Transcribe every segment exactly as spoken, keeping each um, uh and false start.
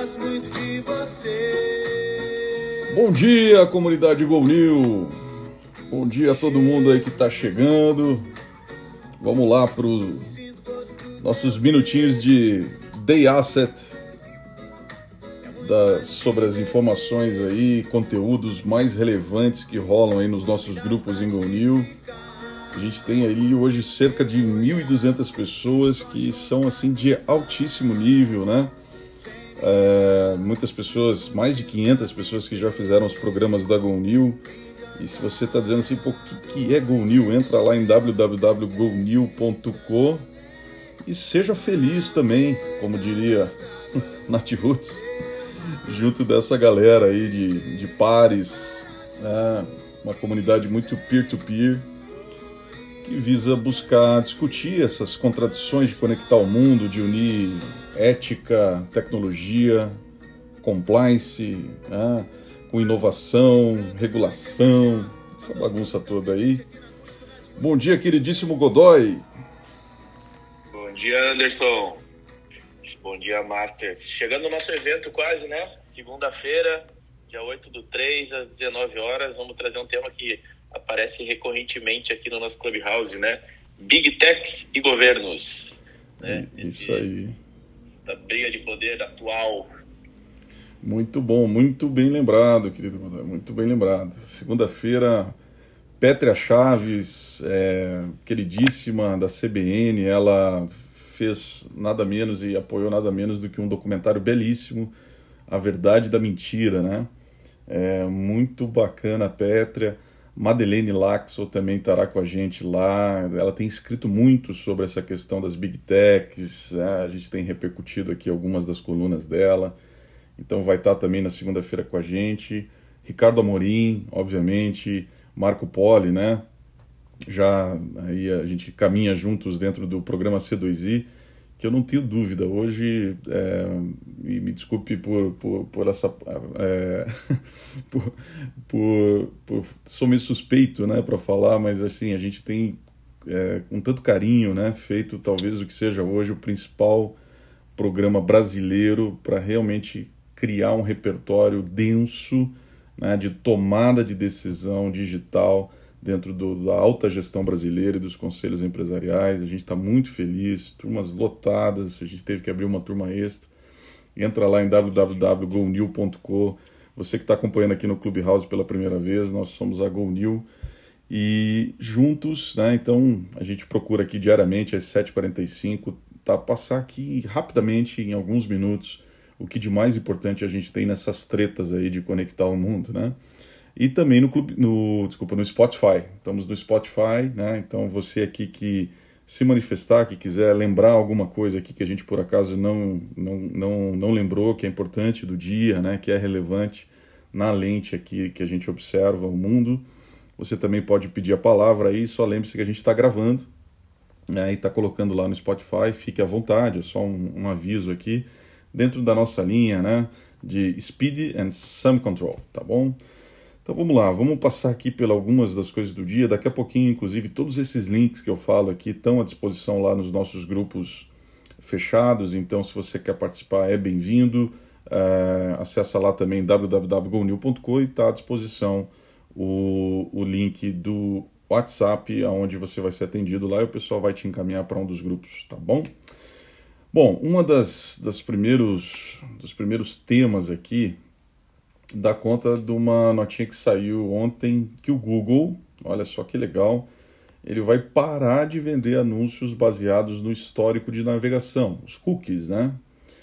gosto muito de você. Bom dia, comunidade GoNew. Bom dia a todo mundo aí que está chegando. Vamos lá para os nossos minutinhos de Day Asset, da, sobre as informações aí, conteúdos mais relevantes que rolam aí nos nossos grupos em GoNew. A gente tem aí hoje cerca de mil e duzentas pessoas que são assim de altíssimo nível, né? É, muitas pessoas, mais de quinhentas pessoas que já fizeram os programas da GoNew. E se você está dizendo assim, pô, o que, que é GoNew? Entra lá em w w w ponto gonew ponto co e seja feliz também, como diria Nath Roots, junto dessa galera aí de, de pares, né? Uma comunidade muito peer-to-peer, que visa buscar discutir essas contradições de conectar o mundo, de unir ética, tecnologia, compliance, né, com inovação, regulação, essa bagunça toda aí. Bom dia, queridíssimo Godoy. Bom dia, Anderson. Bom dia, Masters. Chegando no nosso evento quase, né? Segunda-feira, dia oito do três, às dezenove horas, vamos trazer um tema que aparece recorrentemente aqui no nosso Clubhouse, né? Big Techs e governos. Né? Isso Esse, aí. essa briga de poder atual. Muito bom, muito bem lembrado, querido Godoy, muito bem lembrado. Segunda-feira, Pétria Chaves, é, queridíssima da C B N, ela fez nada menos e apoiou nada menos do que um documentário belíssimo, A Verdade da Mentira, né? É, muito bacana a Pétria. Madeleine Laxo também estará com a gente lá. Ela tem escrito muito sobre essa questão das Big Techs, né? A gente tem repercutido aqui algumas das colunas dela, então vai estar também na segunda-feira com a gente. Ricardo Amorim, obviamente, Marco Poli, né? Já aí a gente caminha juntos dentro do programa C dois I, que eu não tenho dúvida, hoje, é, e me desculpe por, por, por essa... É, por, por, por, sou meio suspeito, né, para falar, mas assim, a gente tem, é, com tanto carinho, né, feito talvez o que seja hoje o principal programa brasileiro para realmente criar um repertório denso, né, de tomada de decisão digital dentro do, da alta gestão brasileira e dos conselhos empresariais. A gente está muito feliz, turmas lotadas, a gente teve que abrir uma turma extra. Entra lá em w w w ponto gonew ponto co. Você que está acompanhando aqui no Clubhouse pela primeira vez, nós somos a GoNew. E juntos, né, então a gente procura aqui diariamente às sete e quarenta e cinco, tá, passar aqui rapidamente, em alguns minutos, o que de mais importante a gente tem nessas tretas aí de conectar o mundo, né? E também no, clube, no, desculpa, no Spotify. Estamos no Spotify, né? Então você aqui que se manifestar, que quiser lembrar alguma coisa aqui que a gente por acaso não, não, não, não lembrou, que é importante do dia, né? Que é relevante na lente aqui que a gente observa o mundo, você também pode pedir a palavra aí, só lembre-se que a gente está gravando, né? E está colocando lá no Spotify, fique à vontade, é só um, um aviso aqui, dentro da nossa linha, né? De Speed and Some Control, tá bom? Então vamos lá, vamos passar aqui por algumas das coisas do dia. Daqui a pouquinho, inclusive, todos esses links que eu falo aqui estão à disposição lá nos nossos grupos fechados. Então, se você quer participar, é bem-vindo. Uh, acessa lá também w w w ponto gonew ponto co e está à disposição o, o link do WhatsApp, onde você vai ser atendido lá e o pessoal vai te encaminhar para um dos grupos, tá bom? Bom, uma das, das primeiros, dos primeiros temas aqui dá conta de uma notinha que saiu ontem, que o Google, olha só que legal, ele vai parar de vender anúncios baseados no histórico de navegação, os cookies, né?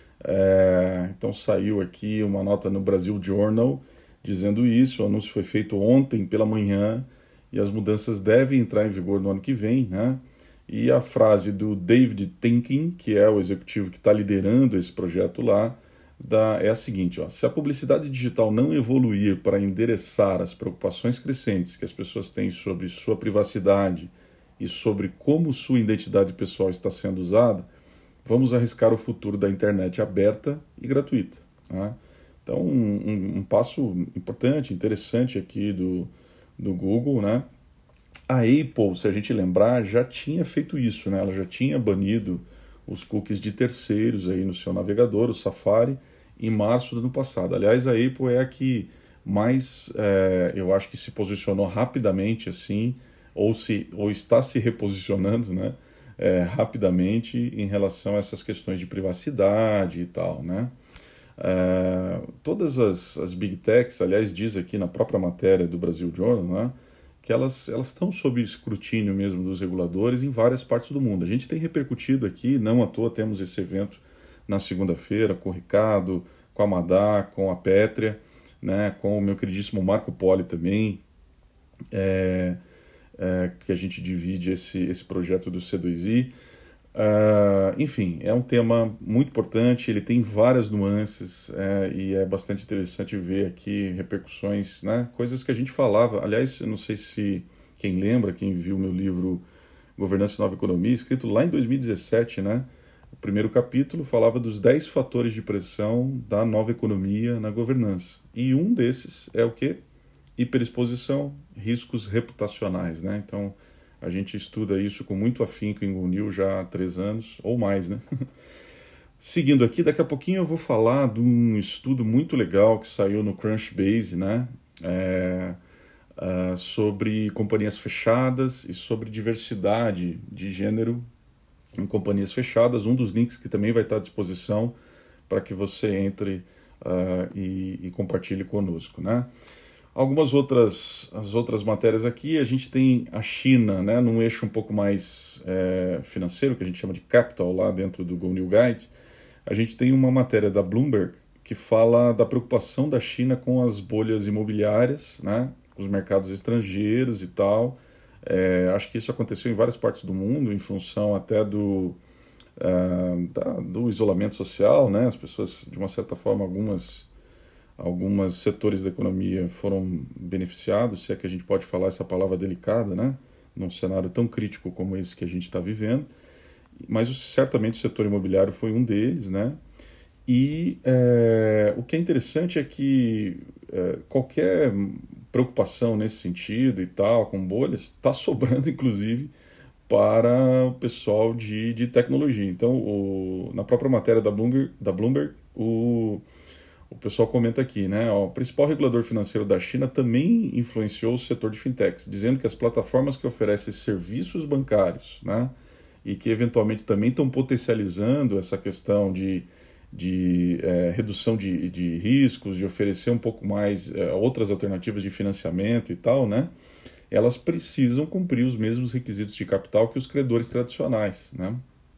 É, então saiu aqui uma nota no Brasil Journal dizendo isso. O anúncio foi feito ontem pela manhã e as mudanças devem entrar em vigor no ano que vem, né? E a frase do David Tinkin, que é o executivo que está liderando esse projeto lá, Da, é a seguinte, ó, se a publicidade digital não evoluir para endereçar as preocupações crescentes que as pessoas têm sobre sua privacidade e sobre como sua identidade pessoal está sendo usada, vamos arriscar o futuro da internet aberta e gratuita, né? Então, um, um, um passo importante, interessante aqui do, do Google, né? A Apple, se a gente lembrar, já tinha feito isso, né? Ela já tinha banido os cookies de terceiros aí no seu navegador, o Safari, em março do ano passado. Aliás, a Apple é a que mais, é, eu acho que se posicionou rapidamente assim, ou, se, ou está se reposicionando, né, é, rapidamente em relação a essas questões de privacidade e tal, né. É, todas as, as Big Techs, aliás, diz aqui na própria matéria do Brasil Journal, né, que elas elas estão sob escrutínio mesmo dos reguladores em várias partes do mundo. A gente tem repercutido aqui, não à toa temos esse evento na segunda-feira com o Ricardo, com a Madá, com a Pétria, né, com o meu queridíssimo Marco Poli também, é, é, que a gente divide esse, esse projeto do C dois I. Uh, enfim, é um tema muito importante, ele tem várias nuances é, e é bastante interessante ver aqui repercussões, né, coisas que a gente falava. Aliás, eu não sei se quem lembra, quem viu meu livro Governança e Nova Economia, escrito lá em dois mil e dezessete, né, o primeiro capítulo falava dos dez fatores de pressão da nova economia na governança. E um desses é o quê? Hiperexposição, riscos reputacionais, né? Então, a gente estuda isso com muito afinco em GoNew já há três anos, ou mais, né? Seguindo aqui, daqui a pouquinho eu vou falar de um estudo muito legal que saiu no Crunchbase, né? É, é, sobre companhias fechadas e sobre diversidade de gênero em companhias fechadas. Um dos links que também vai estar à disposição para que você entre uh, e, e compartilhe conosco, né? Algumas outras, as outras matérias aqui, a gente tem a China, né, num eixo um pouco mais é, financeiro, que a gente chama de capital, lá dentro do GoNew Guide. A gente tem uma matéria da Bloomberg que fala da preocupação da China com as bolhas imobiliárias, né, os mercados estrangeiros e tal. É, acho que isso aconteceu em várias partes do mundo, em função até do, uh, da, do isolamento social, né, as pessoas, de uma certa forma, algumas... Alguns setores da economia foram beneficiados, se é que a gente pode falar essa palavra delicada, né? Num cenário tão crítico como esse que a gente está vivendo. Mas certamente o setor imobiliário foi um deles, né? E é, o que é interessante é que é, qualquer preocupação nesse sentido e tal, com bolhas, está sobrando, inclusive, para o pessoal de, de tecnologia. Então, o, na própria matéria da Bloomberg, da Bloomberg o... O pessoal comenta aqui, né? Ó, o principal regulador financeiro da China também influenciou o setor de fintechs, dizendo que as plataformas que oferecem serviços bancários, né, e que eventualmente também estão potencializando essa questão de, de é, redução de, de riscos, de oferecer um pouco mais é, outras alternativas de financiamento e tal, né, elas precisam cumprir os mesmos requisitos de capital que os credores tradicionais, né?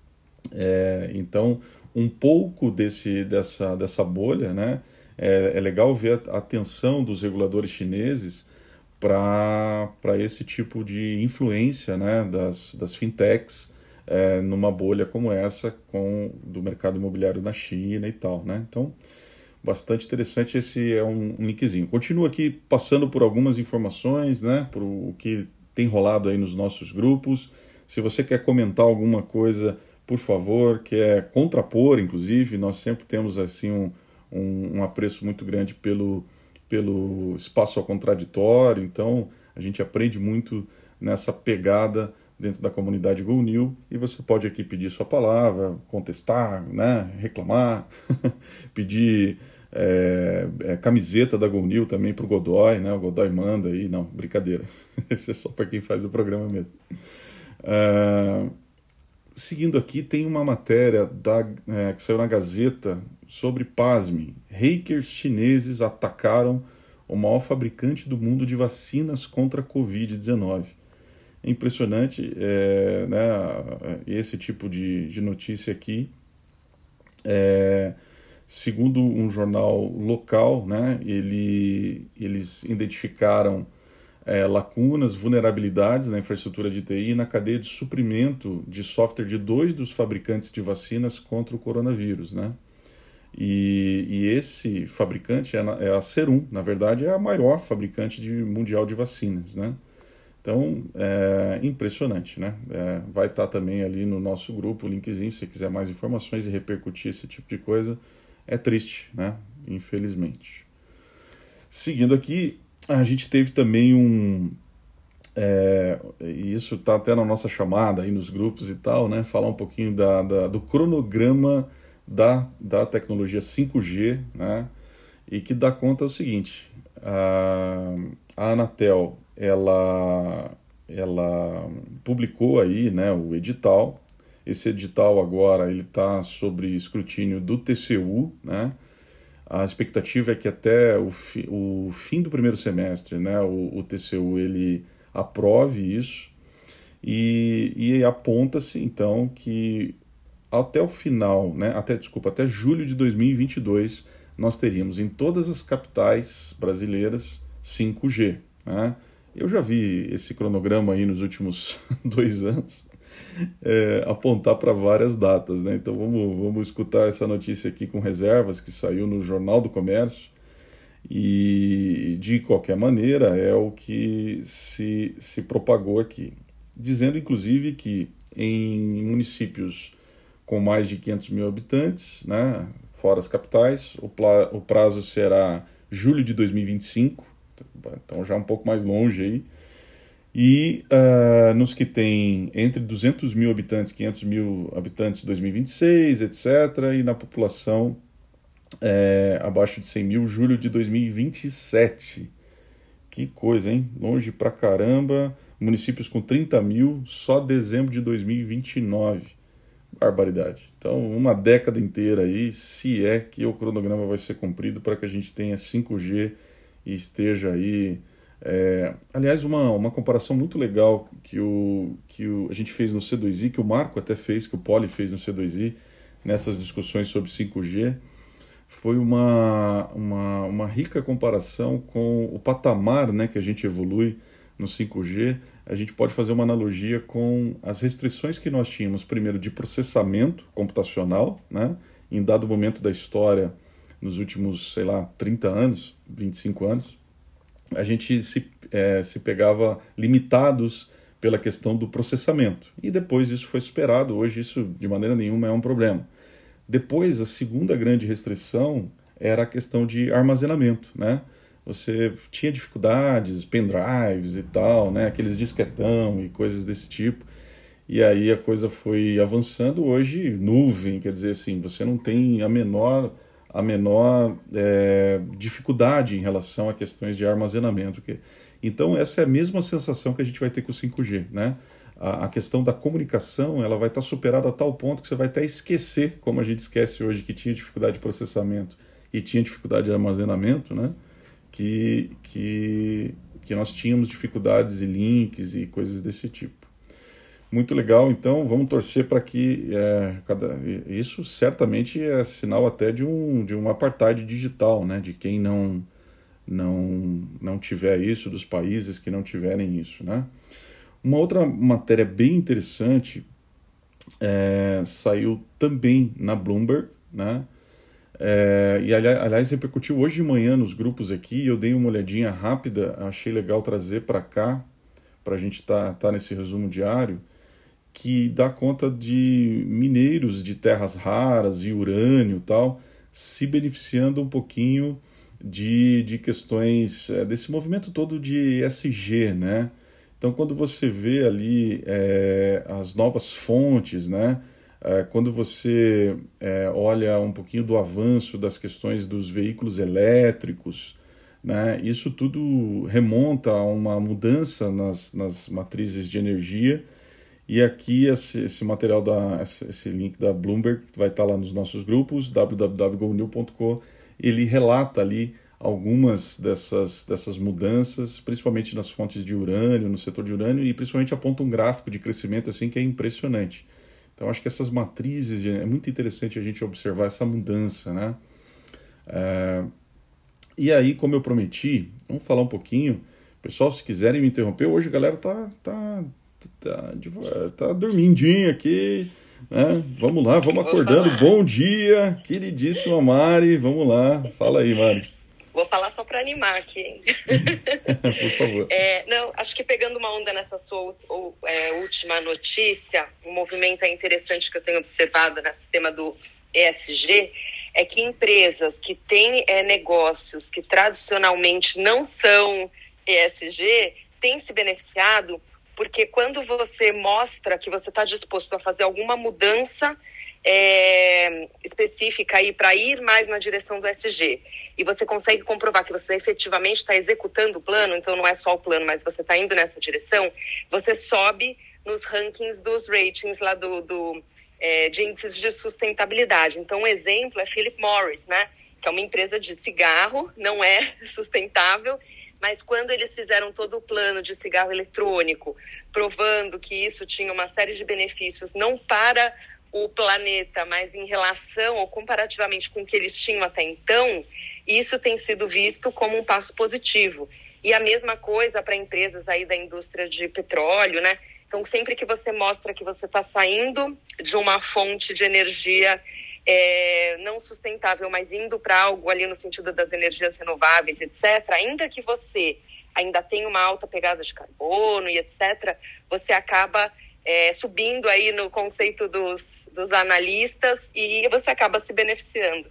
É, então, um pouco desse, dessa, dessa bolha, né? É, é legal ver a atenção dos reguladores chineses para esse tipo de influência, né, das, das fintechs é, numa bolha como essa com, do mercado imobiliário na China e tal, né? Então, bastante interessante, esse é um, um linkzinho. Continuo aqui passando por algumas informações, né, por o que tem rolado aí nos nossos grupos. Se você quer comentar alguma coisa, por favor, quer contrapor, inclusive, nós sempre temos assim um, um, um apreço muito grande pelo, pelo espaço ao contraditório, então a gente aprende muito nessa pegada dentro da comunidade GoNew, e você pode aqui pedir sua palavra, contestar, né, reclamar, pedir é, é, camiseta da GoNew também para o Godoy, né, o Godoy manda aí, não, brincadeira, esse é só para quem faz o programa mesmo. Uh, Seguindo aqui, tem uma matéria da, é, que saiu na Gazeta sobre, pasme, hackers chineses atacaram o maior fabricante do mundo de vacinas contra a covid dezenove. É impressionante, é, né, esse tipo de, de notícia aqui. É, segundo um jornal local, né, ele, eles identificaram É, lacunas, vulnerabilidades na infraestrutura de T I e na cadeia de suprimento de software de dois dos fabricantes de vacinas contra o coronavírus, né? E, e esse fabricante é, é a Serum, na verdade é a maior fabricante de, mundial de vacinas, né? Então, é impressionante, né? É, vai estar também ali no nosso grupo, o linkzinho, se você quiser mais informações e repercutir esse tipo de coisa. É triste, né? Infelizmente. Seguindo aqui, a gente teve também um, é, isso está até na nossa chamada aí nos grupos e tal, né, falar um pouquinho da, da, do cronograma da, da tecnologia cinco G, né? E que dá conta do seguinte, a, a Anatel, ela, ela publicou aí, né, o edital. Esse edital agora ele está sob escrutínio do T C U, né? A expectativa é que até o, fi, o fim do primeiro semestre, né, o, o T C U ele aprove isso e, e aponta-se então que até o final, né, até, desculpa, até julho de dois mil e vinte e dois, nós teríamos em todas as capitais brasileiras cinco G. Né? Eu já vi esse cronograma aí nos últimos dois anos é, apontar para várias datas. Né? Então vamos, vamos escutar essa notícia aqui com reservas, que saiu no Jornal do Comércio, e de qualquer maneira é o que se, se propagou aqui, dizendo inclusive que em municípios com mais de quinhentos mil habitantes, né, fora as capitais, o, pla- o prazo será julho de dois mil e vinte e cinco, então já um pouco mais longe aí, e uh, nos que tem entre duzentos mil habitantes, quinhentos mil habitantes em dois mil e vinte e seis, etcétera, e na população é, abaixo de cem mil, julho de dois mil e vinte e sete. Que coisa, hein? Longe pra caramba. Municípios com trinta mil, só dezembro de dois mil e vinte e nove. Barbaridade. Então, uma década inteira aí, se é que o cronograma vai ser cumprido para que a gente tenha cinco G e esteja aí... É... Aliás, uma, uma comparação muito legal que, o, que o, a gente fez no C dois I, que o Marco até fez, que o Poli fez no C dois I, nessas discussões sobre cinco G, foi uma, uma, uma rica comparação com o patamar, né, que a gente evolui no cinco G. A gente pode fazer uma analogia com as restrições que nós tínhamos, primeiro, de processamento computacional, né? Em dado momento da história, nos últimos, sei lá, trinta anos, vinte e cinco anos, a gente se, é, se pegava limitados pela questão do processamento. E depois isso foi superado, hoje isso de maneira nenhuma é um problema. Depois, a segunda grande restrição era a questão de armazenamento, né? Você tinha dificuldades, pendrives e tal, né? Aqueles disquetão e coisas desse tipo. E aí a coisa foi avançando. Hoje, nuvem, quer dizer assim, você não tem a menor, a menor é, dificuldade em relação a questões de armazenamento. Então, essa é a mesma sensação que a gente vai ter com o cinco G, né? A, a questão da comunicação, ela vai estar superada a tal ponto que você vai até esquecer, como a gente esquece hoje, que tinha dificuldade de processamento e tinha dificuldade de armazenamento, né? Que, que, que nós tínhamos dificuldades e links e coisas desse tipo. Muito legal, então vamos torcer para que é, cada, isso certamente é sinal até de um, de um apartheid digital, né? De quem não, não, não tiver isso, dos países que não tiverem isso, né? Uma outra matéria bem interessante é, saiu também na Bloomberg, né? É, e aliás repercutiu hoje de manhã nos grupos aqui, eu dei uma olhadinha rápida, achei legal trazer para cá, para a gente estar tá, tá nesse resumo diário, que dá conta de mineiros de terras raras e urânio e tal, se beneficiando um pouquinho de, de questões é, desse movimento todo de E S G, né? Então quando você vê ali é, as novas fontes, né? Quando você é, olha um pouquinho do avanço das questões dos veículos elétricos, né, isso tudo remonta a uma mudança nas, nas matrizes de energia. E aqui esse, esse material, da, esse link da Bloomberg, que vai estar lá nos nossos grupos, w w w ponto go new ponto com, ele relata ali algumas dessas, dessas mudanças, principalmente nas fontes de urânio, no setor de urânio, e principalmente aponta um gráfico de crescimento assim, que é impressionante. Então, acho que essas matrizes, é muito interessante a gente observar essa mudança, né? É, e aí, como eu prometi, vamos falar um pouquinho. Pessoal, se quiserem me interromper, hoje a galera tá, tá, tá, tá dormindinho aqui, né? Vamos lá, vamos acordando. Bom dia, queridíssima Mari. Vamos lá, fala aí, Mari. Vou falar só para animar aqui, hein? Por favor. É, não, acho que pegando uma onda nessa sua ou, é, última notícia, um movimento interessante que eu tenho observado nesse tema do E S G é que empresas que têm é, negócios que tradicionalmente não são E S G têm se beneficiado, porque quando você mostra que você está disposto a fazer alguma mudança é, específica aí para ir mais na direção do E S G, e você consegue comprovar que você efetivamente está executando o plano, então não é só o plano, mas você está indo nessa direção, você sobe nos rankings dos ratings lá do, do, é, de índices de sustentabilidade. Então, um exemplo é Philip Morris, né? Que é uma empresa de cigarro, não é sustentável, mas quando eles fizeram todo o plano de cigarro eletrônico, provando que isso tinha uma série de benefícios, não para o planeta, mas em relação ou comparativamente com o que eles tinham até então, isso tem sido visto como um passo positivo. E a mesma coisa para empresas aí da indústria de petróleo, né? Então, sempre que você mostra que você está saindo de uma fonte de energia É, não sustentável, mas indo para algo ali no sentido das energias renováveis, etcétera, ainda que você ainda tenha uma alta pegada de carbono e etcétera, você acaba é, subindo aí no conceito dos, dos analistas e você acaba se beneficiando.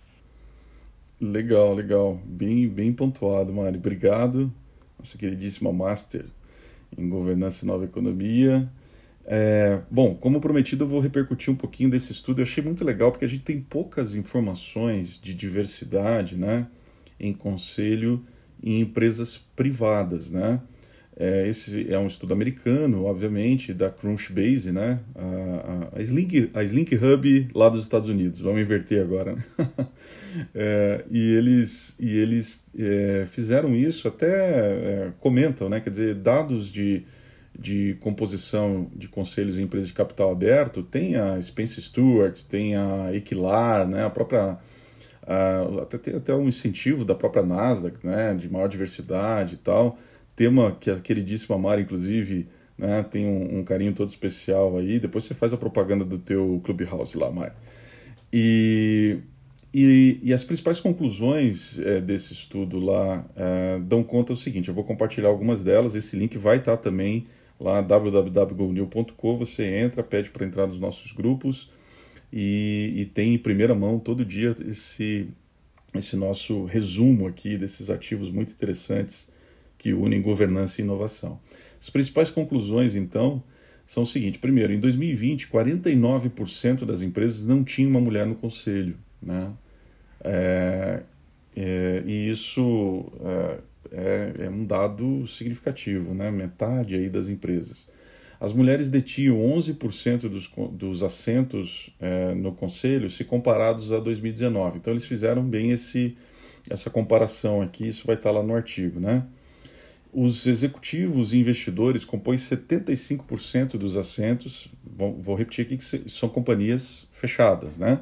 Legal, legal. Bem, bem pontuado, Mari. Obrigado. Nossa queridíssima Master em Governança e Nova Economia. É, bom, como prometido, eu vou repercutir um pouquinho desse estudo. Eu achei muito legal porque a gente tem poucas informações de diversidade, né, em conselho e em empresas privadas, né? É, esse é um estudo americano, obviamente, da Crunchbase, né? A, a, a, Slink, a Slink Hub lá dos Estados Unidos. Vamos inverter agora, né? é, e eles, e eles é, fizeram isso, até é, comentam, né? Quer dizer, dados de de composição de conselhos em empresas de capital aberto, tem a Spencer Stuart, tem a Equilar, né, a própria, a, até, tem até um incentivo da própria Nasdaq, né, de maior diversidade e tal, tema que a queridíssima Mari, inclusive, né, tem um, um carinho todo especial aí, depois você faz a propaganda do teu Clubhouse lá, Mari. E, e, e as principais conclusões é, desse estudo lá é, dão conta do seguinte, eu vou compartilhar algumas delas, esse link vai estar também lá w w w ponto gonil ponto com, você entra, pede para entrar nos nossos grupos e, e tem em primeira mão todo dia esse, esse nosso resumo aqui desses ativos muito interessantes que unem governança e inovação. As principais conclusões, então, são o seguinte. Primeiro, em dois mil e vinte, quarenta e nove por cento das empresas não tinham uma mulher no conselho, né? É, é, e isso... É, É, é um dado significativo, né? Metade aí das empresas. As mulheres detinham onze por cento dos, dos assentos é, no conselho se comparados a dois mil e dezenove. Então eles fizeram bem esse, essa comparação aqui, isso vai estar lá no artigo, né? Os executivos e investidores compõem setenta e cinco por cento dos assentos, vou, vou repetir aqui que são companhias fechadas, né?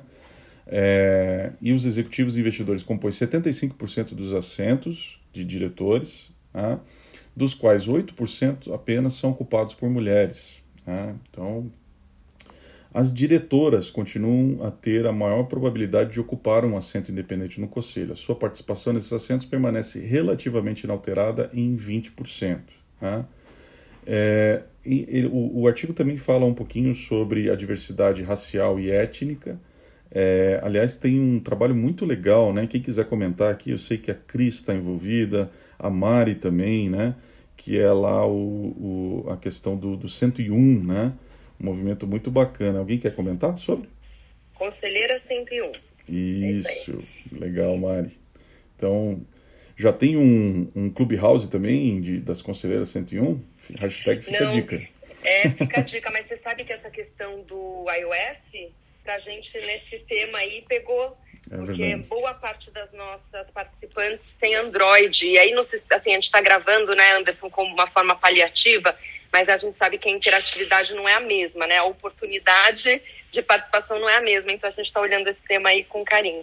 É, e os executivos e investidores compõem setenta e cinco por cento dos assentos de diretores, né, dos quais oito por cento apenas são ocupados por mulheres. Né? Então, as diretoras continuam a ter a maior probabilidade de ocupar um assento independente no conselho. A sua participação nesses assentos permanece relativamente inalterada em vinte por cento. Né? É, e, e, o, o artigo também fala um pouquinho sobre a diversidade racial e étnica. É, aliás, tem um trabalho muito legal, né? Quem quiser comentar aqui, eu sei que a Cris está envolvida, a Mari também, né? Que é lá o, o, a questão do, do cento e um, né? Um movimento muito bacana. Alguém quer comentar sobre? Conselheira cento e um. Isso, é isso legal, Mari. Então, já tem um, um Clubhouse também de, das Conselheiras cento e um? Hashtag fica Não, a dica. É, fica a dica, mas você sabe que essa questão do iOS... pra gente nesse tema aí pegou, é porque verdade. Boa parte das nossas participantes tem Android, e aí, no, assim, a gente está gravando, né, Anderson, como uma forma paliativa, mas a gente sabe que a interatividade não é a mesma, né, a oportunidade de participação não é a mesma, então a gente está olhando esse tema aí com carinho.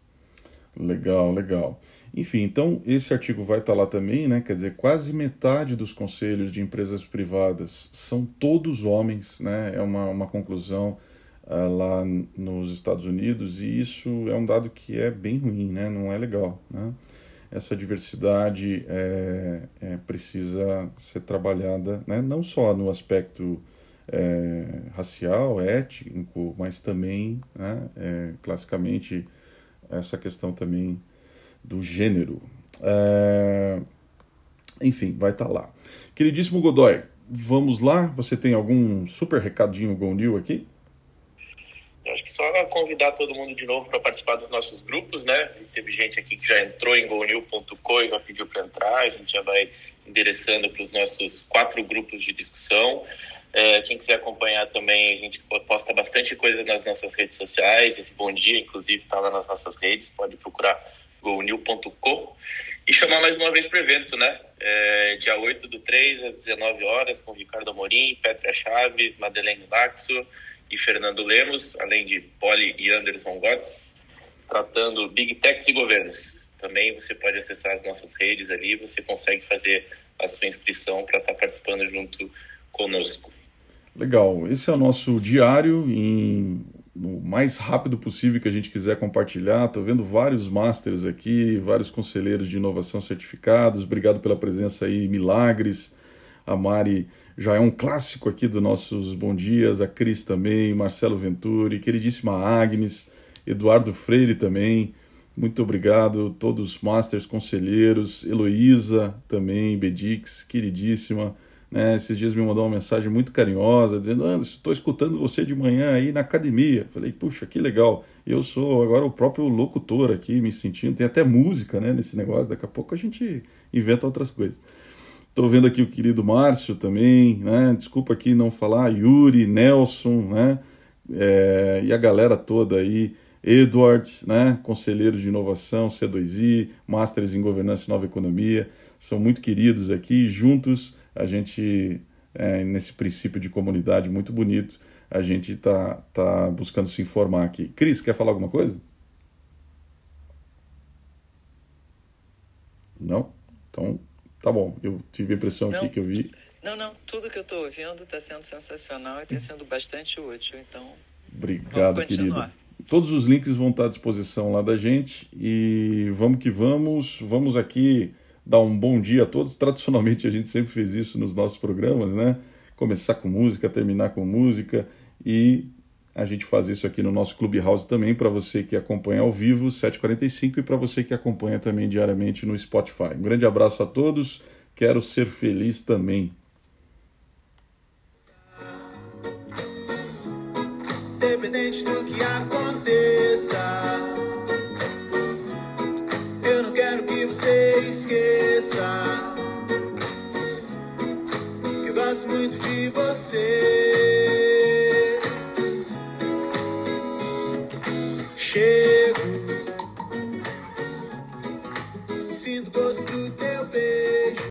Legal, legal. Enfim, então esse artigo vai estar lá também, né, quer dizer, quase metade dos conselhos de empresas privadas são todos homens, né, é uma, uma conclusão lá nos Estados Unidos, e isso é um dado que é bem ruim, né? Não é legal, né? Essa diversidade é, é, precisa ser trabalhada, né? Não só no aspecto é, racial, étnico, mas também, né? é, classicamente, essa questão também do gênero. É, enfim, vai estar lá. Queridíssimo Godoy, vamos lá? Você tem algum super recadinho Gonil aqui? Acho que só convidar todo mundo de novo para participar dos nossos grupos, né? Teve gente aqui que já entrou em go new ponto co e já pediu para entrar, a gente já vai endereçando para os nossos quatro grupos de discussão. É, quem quiser acompanhar também, a gente posta bastante coisa nas nossas redes sociais, esse Bom Dia, inclusive, está lá nas nossas redes, pode procurar go new ponto co e chamar mais uma vez para o evento, né? É, dia oito do três, às dezenove horas, com Ricardo Amorim, Petra Chaves, Madeleine Laxo e Fernando Lemos, além de Poli e Anderson Gotts, tratando Big Techs e governos. Também você pode acessar as nossas redes ali, você consegue fazer a sua inscrição para estar participando junto conosco. Legal, esse é o nosso diário, em, no mais rápido possível que a gente quiser compartilhar. Estou vendo vários masters aqui, vários conselheiros de inovação certificados. Obrigado pela presença aí, Milagres. A Mari já é um clássico aqui dos nossos Bom Dias, a Cris também, Marcelo Venturi, queridíssima Agnes, Eduardo Freire também. Muito obrigado, todos os masters, conselheiros, Heloísa também, Bedix, queridíssima. Né, esses dias me mandou uma mensagem muito carinhosa, dizendo: Anderson, estou escutando você de manhã aí na academia. Falei, puxa, que legal. Eu sou agora o próprio locutor aqui, me sentindo. Tem até música, né, nesse negócio. Daqui a pouco a gente inventa outras coisas. Estou vendo aqui o querido Márcio também, né? Desculpa aqui não falar, Yuri, Nelson, né? É, e a galera toda aí, Edward, né? Conselheiros de inovação, C dois I, Masters em Governança e Nova Economia. São muito queridos aqui, juntos a gente, é, nesse princípio de comunidade muito bonito, a gente está tá buscando se informar aqui. Cris, quer falar alguma coisa? Não? Então, tá bom. Eu tive a impressão não, aqui que eu vi. Não, não. Tudo que eu estou ouvindo está sendo sensacional e está sendo bastante útil. Então, obrigado, querido. Todos os links vão estar à disposição lá da gente e vamos que vamos. Vamos aqui dar um bom dia a todos. Tradicionalmente a gente sempre fez isso nos nossos programas, né? Começar com música, terminar com música, e a gente faz isso aqui no nosso Clubhouse também, para você que acompanha ao vivo, sete e quarenta e cinco, e para você que acompanha também diariamente no Spotify. Um grande abraço a todos, quero ser feliz também. Independente do que aconteça, eu não quero que você esqueça que eu gosto muito de você.